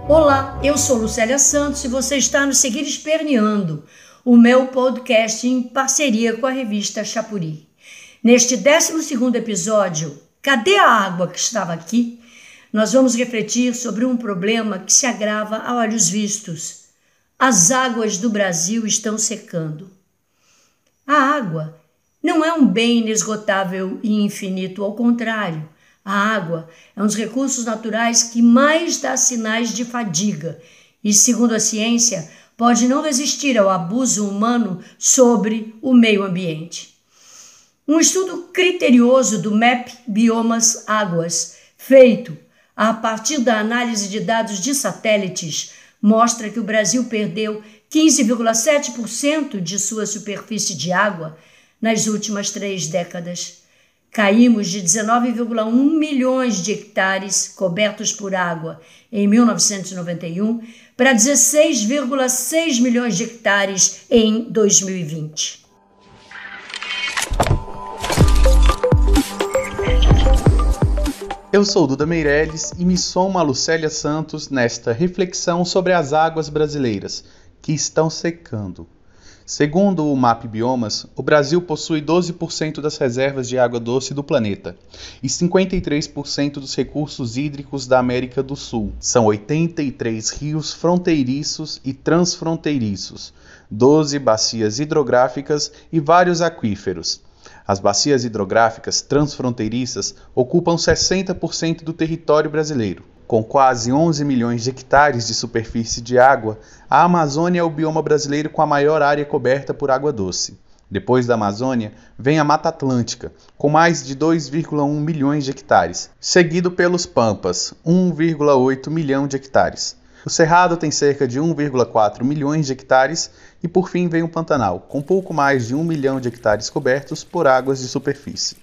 Olá, eu sou Lucélia Santos e você está no Seguir Esperneando, o meu podcast em parceria com a revista Chapuri. Neste 12º episódio, Cadê a água que estava aqui? Nós vamos refletir sobre um problema que se agrava a olhos vistos. As águas do Brasil estão secando. A água não é um bem inesgotável e infinito, ao contrário. A água é um dos recursos naturais que mais dá sinais de fadiga e, segundo a ciência, pode não resistir ao abuso humano sobre o meio ambiente. Um estudo criterioso do MAP Biomas Águas, feito a partir da análise de dados de satélites, mostra que o Brasil perdeu 15,7% de sua superfície de água nas últimas 3 décadas. Caímos de 19,1 milhões de hectares cobertos por água em 1991 para 16,6 milhões de hectares em 2020. Eu sou Duda Meirelles e me somo a Lucélia Santos nesta reflexão sobre as águas brasileiras, que estão secando. Segundo o MAP Biomas, o Brasil possui 12% das reservas de água doce do planeta e 53% dos recursos hídricos da América do Sul. São 83 rios fronteiriços e transfronteiriços, 12 bacias hidrográficas e vários aquíferos. As bacias hidrográficas transfronteiriças ocupam 60% do território brasileiro. Com quase 11 milhões de hectares de superfície de água, a Amazônia é o bioma brasileiro com a maior área coberta por água doce. Depois da Amazônia, vem a Mata Atlântica, com mais de 2,1 milhões de hectares, seguido pelos Pampas, 1,8 milhão de hectares. O Cerrado tem cerca de 1,4 milhões de hectares e, por fim, vem o Pantanal, com pouco mais de 1 milhão de hectares cobertos por águas de superfície.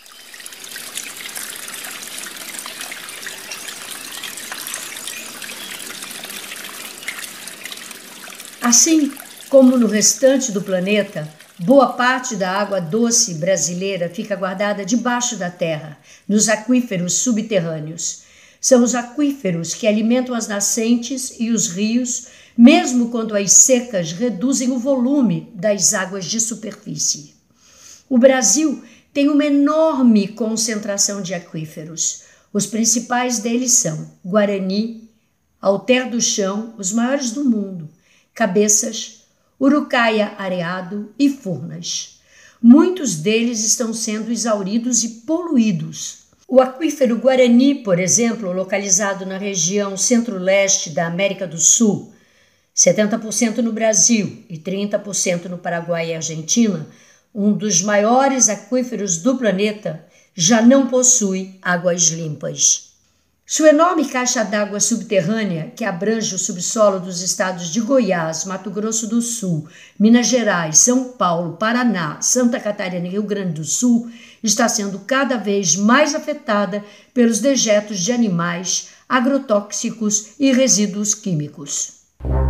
Assim como no restante do planeta, boa parte da água doce brasileira fica guardada debaixo da terra, nos aquíferos subterrâneos. São os aquíferos que alimentam as nascentes e os rios, mesmo quando as secas reduzem o volume das águas de superfície. O Brasil tem uma enorme concentração de aquíferos. Os principais deles são Guarani, Alter do Chão, os maiores do mundo, Cabeças, Urucaia Areado e Furnas. Muitos deles estão sendo exauridos e poluídos. O aquífero Guarani, por exemplo, localizado na região centro-leste da América do Sul, 70% no Brasil e 30% no Paraguai e Argentina, um dos maiores aquíferos do planeta, já não possui águas limpas. Sua enorme caixa d'água subterrânea, que abrange o subsolo dos estados de Goiás, Mato Grosso do Sul, Minas Gerais, São Paulo, Paraná, Santa Catarina e Rio Grande do Sul, está sendo cada vez mais afetada pelos dejetos de animais, agrotóxicos e resíduos químicos.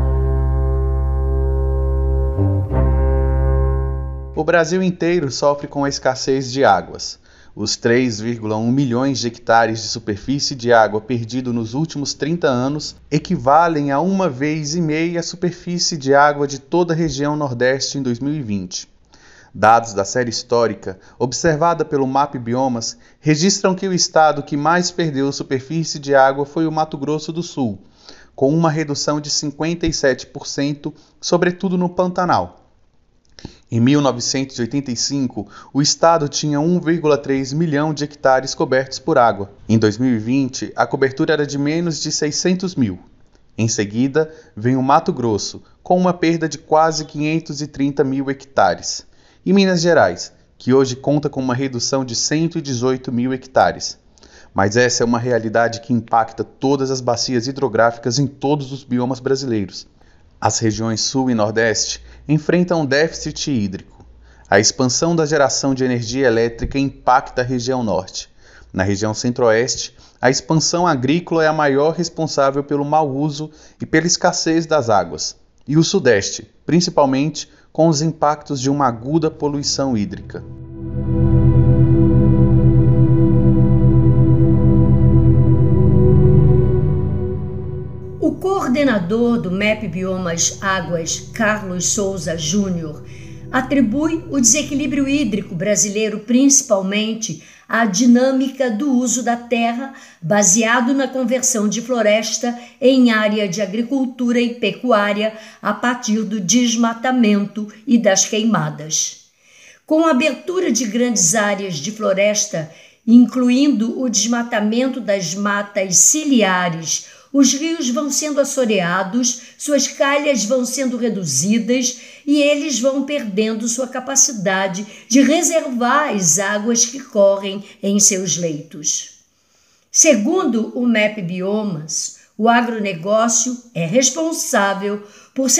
O Brasil inteiro sofre com a escassez de águas. Os 3,1 milhões de hectares de superfície de água perdido nos últimos 30 anos equivalem a 1,5 vezes a superfície de água de toda a região Nordeste em 2020. Dados da série histórica, observada pelo MAP Biomas, registram que o estado que mais perdeu superfície de água foi o Mato Grosso do Sul, com uma redução de 57%, sobretudo no Pantanal. Em 1985, o estado tinha 1,3 milhão de hectares cobertos por água. Em 2020, a cobertura era de menos de 600 mil. Em seguida, vem o Mato Grosso, com uma perda de quase 530 mil hectares. E Minas Gerais, que hoje conta com uma redução de 118 mil hectares. Mas essa é uma realidade que impacta todas as bacias hidrográficas em todos os biomas brasileiros. As regiões Sul e Nordeste enfrentam um déficit hídrico. A expansão da geração de energia elétrica impacta a região Norte. Na região Centro-Oeste, a expansão agrícola é a maior responsável pelo mau uso e pela escassez das águas. E o Sudeste, principalmente com os impactos de uma aguda poluição hídrica. O coordenador do MAP Biomas Águas, Carlos Souza Júnior, atribui o desequilíbrio hídrico brasileiro principalmente à dinâmica do uso da terra baseado na conversão de floresta em área de agricultura e pecuária a partir do desmatamento e das queimadas. Com a abertura de grandes áreas de floresta, incluindo o desmatamento das matas ciliares, os rios vão sendo assoreados, suas calhas vão sendo reduzidas e eles vão perdendo sua capacidade de reservar as águas que correm em seus leitos. Segundo o MAP Biomas, o agronegócio é responsável por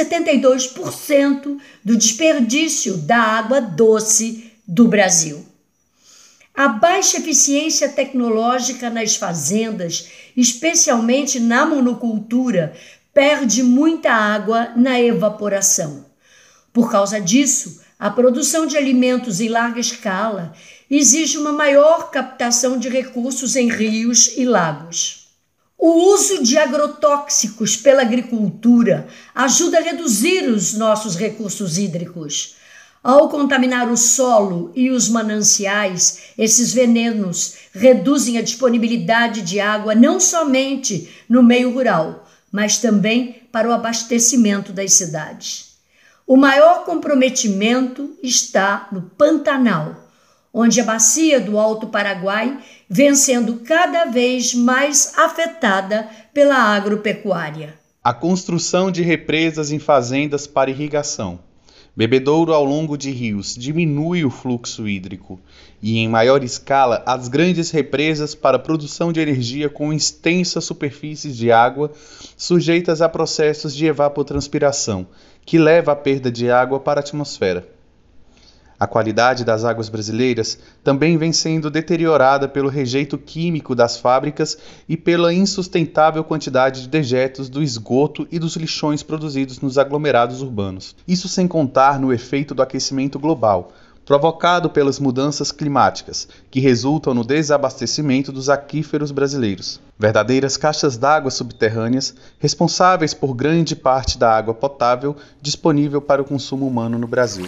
72% do desperdício da água doce do Brasil. A baixa eficiência tecnológica nas fazendas, especialmente na monocultura, perde muita água na evaporação. Por causa disso, a produção de alimentos em larga escala exige uma maior captação de recursos em rios e lagos. O uso de agrotóxicos pela agricultura ajuda a reduzir os nossos recursos hídricos. Ao contaminar o solo e os mananciais, esses venenos reduzem a disponibilidade de água não somente no meio rural, mas também para o abastecimento das cidades. O maior comprometimento está no Pantanal, onde a bacia do Alto Paraguai vem sendo cada vez mais afetada pela agropecuária. A construção de represas em fazendas para irrigação. Bebedouro ao longo de rios diminui o fluxo hídrico e, em maior escala, as grandes represas para a produção de energia com extensas superfícies de água sujeitas a processos de evapotranspiração, que leva à perda de água para a atmosfera. A qualidade das águas brasileiras também vem sendo deteriorada pelo rejeito químico das fábricas e pela insustentável quantidade de dejetos do esgoto e dos lixões produzidos nos aglomerados urbanos. Isso sem contar no efeito do aquecimento global, provocado pelas mudanças climáticas, que resultam no desabastecimento dos aquíferos brasileiros. Verdadeiras caixas d'água subterrâneas, responsáveis por grande parte da água potável disponível para o consumo humano no Brasil.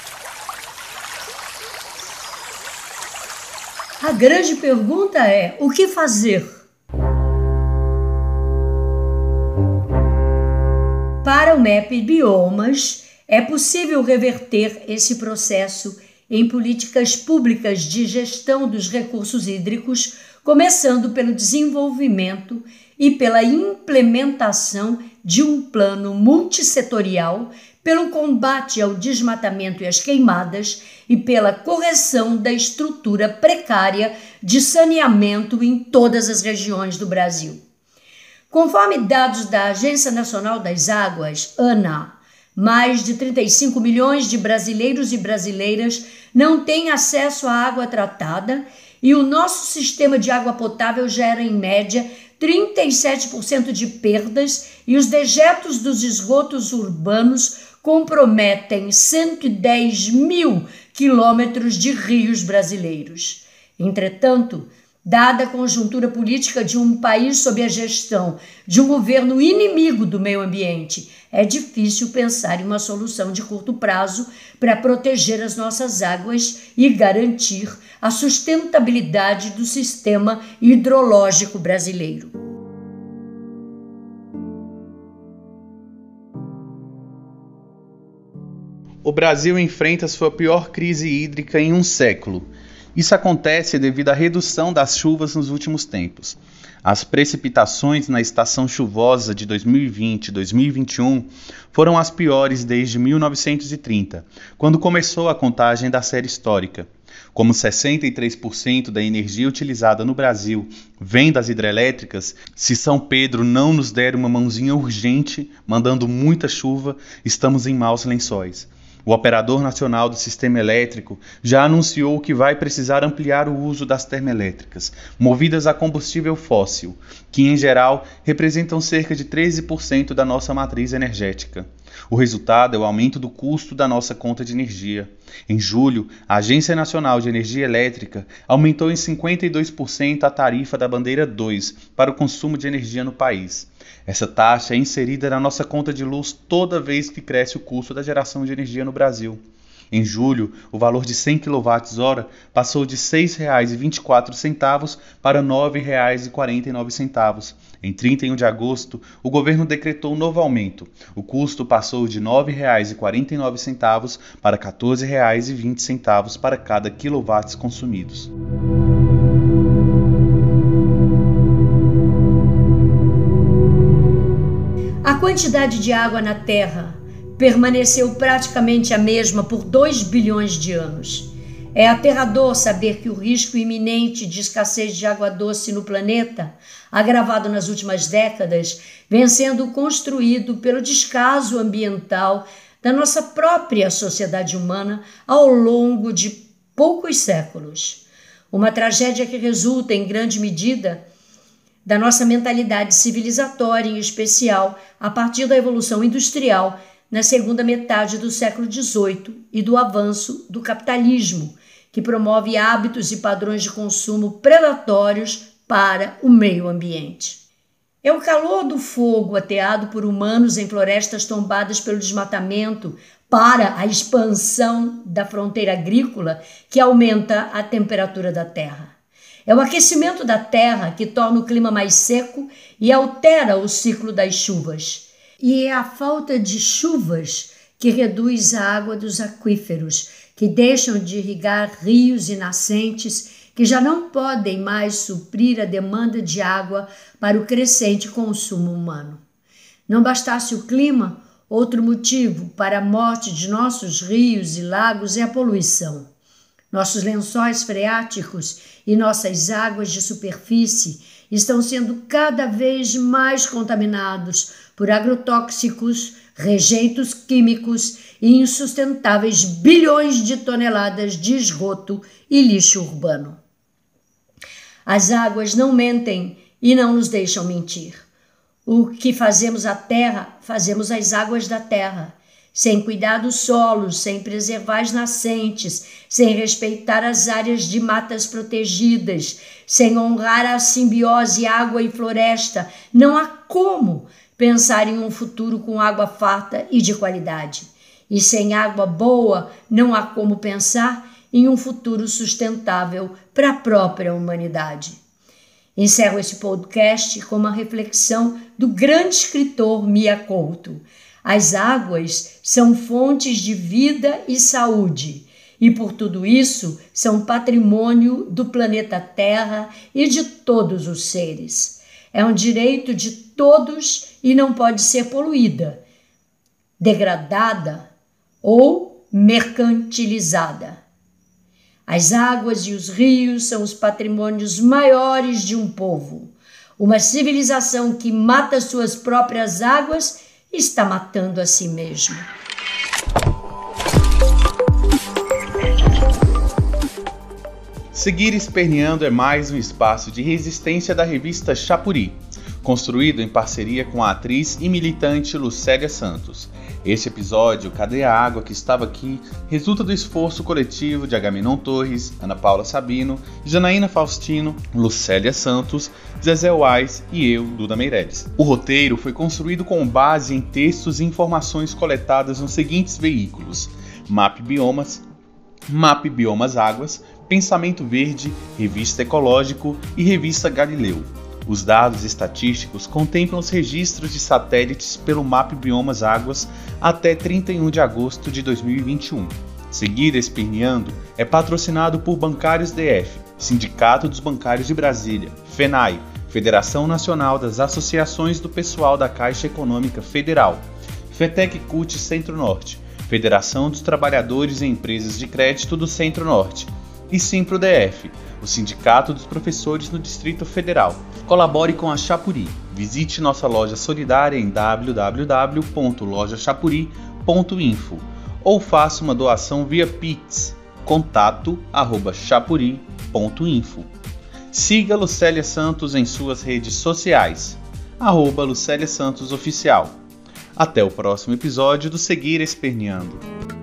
A grande pergunta é: o que fazer? Para o MAP Biomas, é possível reverter esse processo em políticas públicas de gestão dos recursos hídricos, começando pelo desenvolvimento e pela implementação de um plano multissetorial, pelo combate ao desmatamento e às queimadas e pela correção da estrutura precária de saneamento em todas as regiões do Brasil. Conforme dados da Agência Nacional das Águas, ANA, mais de 35 milhões de brasileiros e brasileiras não têm acesso à água tratada e o nosso sistema de água potável gera, em média, 37% de perdas e os dejetos dos esgotos urbanos comprometem 110 mil quilômetros de rios brasileiros. Entretanto, dada a conjuntura política de um país sob a gestão de um governo inimigo do meio ambiente, é difícil pensar em uma solução de curto prazo para proteger as nossas águas e garantir a sustentabilidade do sistema hidrológico brasileiro. O Brasil enfrenta sua pior crise hídrica em um século. Isso acontece devido à redução das chuvas nos últimos tempos. As precipitações na estação chuvosa de 2020 e 2021 foram as piores desde 1930, quando começou a contagem da série histórica. Como 63% da energia utilizada no Brasil vem das hidrelétricas, se São Pedro não nos der uma mãozinha urgente, mandando muita chuva, estamos em maus lençóis. O Operador Nacional do Sistema Elétrico já anunciou que vai precisar ampliar o uso das termoelétricas, movidas a combustível fóssil, que em geral representam cerca de 13% da nossa matriz energética. O resultado é o aumento do custo da nossa conta de energia. Em julho, a Agência Nacional de Energia Elétrica aumentou em 52% a tarifa da bandeira 2 para o consumo de energia no país. Essa taxa é inserida na nossa conta de luz toda vez que cresce o custo da geração de energia no Brasil. Em julho, o valor de 100 kWh passou de R$ 6,24 para R$ 9,49. Em 31 de agosto, o governo decretou um novo aumento. O custo passou de R$ 9,49 para R$ 14,20 para cada quilowatts consumidos. A quantidade de água na Terra permaneceu praticamente a mesma por 2 bilhões de anos. É aterrador saber que o risco iminente de escassez de água doce no planeta, agravado nas últimas décadas, vem sendo construído pelo descaso ambiental da nossa própria sociedade humana ao longo de poucos séculos. Uma tragédia que resulta, em grande medida, da nossa mentalidade civilizatória, em especial a partir da evolução industrial na segunda metade do século XVIII e do avanço do capitalismo, que promove hábitos e padrões de consumo predatórios para o meio ambiente. É o calor do fogo ateado por humanos em florestas tombadas pelo desmatamento para a expansão da fronteira agrícola que aumenta a temperatura da Terra. É o aquecimento da Terra que torna o clima mais seco e altera o ciclo das chuvas. E é a falta de chuvas que reduz a água dos aquíferos, que deixam de irrigar rios e nascentes que já não podem mais suprir a demanda de água para o crescente consumo humano. Não bastasse o clima, outro motivo para a morte de nossos rios e lagos é a poluição. Nossos lençóis freáticos e nossas águas de superfície estão sendo cada vez mais contaminados por agrotóxicos, rejeitos químicos e insustentáveis bilhões de toneladas de esgoto e lixo urbano. As águas não mentem e não nos deixam mentir. O que fazemos à terra, fazemos às águas da terra. Sem cuidar dos solos, sem preservar as nascentes, sem respeitar as áreas de matas protegidas, sem honrar a simbiose água e floresta, não há como pensar em um futuro com água farta e de qualidade. E sem água boa, não há como pensar em um futuro sustentável para a própria humanidade. Encerro esse podcast com uma reflexão do grande escritor Mia Couto. As águas são fontes de vida e saúde, e por tudo isso são patrimônio do planeta Terra e de todos os seres. É um direito de todos e não pode ser poluída, degradada ou mercantilizada. As águas e os rios são os patrimônios maiores de um povo. Uma civilização que mata suas próprias águas está matando a si mesma. Seguir Esperneando é mais um espaço de resistência da revista Chapuri, construído em parceria com a atriz e militante Lucélia Santos. Este episódio, Cadê a Água que Estava Aqui?, resulta do esforço coletivo de Agamenon Torres, Ana Paula Sabino, Janaína Faustino, Lucélia Santos, Zezé Wais e eu, Duda Meireles. O roteiro foi construído com base em textos e informações coletadas nos seguintes veículos: MAP Biomas, MAP Biomas Águas, Pensamento Verde, Revista Ecológico e Revista Galileu. Os dados estatísticos contemplam os registros de satélites pelo MAP Biomas Águas até 31 de agosto de 2021. Seguir Esperneando é patrocinado por Bancários DF, Sindicato dos Bancários de Brasília, FENAI, Federação Nacional das Associações do Pessoal da Caixa Econômica Federal, FETEC CUT Centro-Norte, Federação dos Trabalhadores e Empresas de Crédito do Centro-Norte, e Simpro DF, o Sindicato dos Professores no Distrito Federal. Colabore com a Chapuri. Visite nossa loja solidária em www.lojachapuri.info ou faça uma doação via Pix, contato@chapuri.info. Siga Lucélia Santos em suas redes sociais, @Lucélia Santos Oficial. Até o próximo episódio do Seguir Esperneando.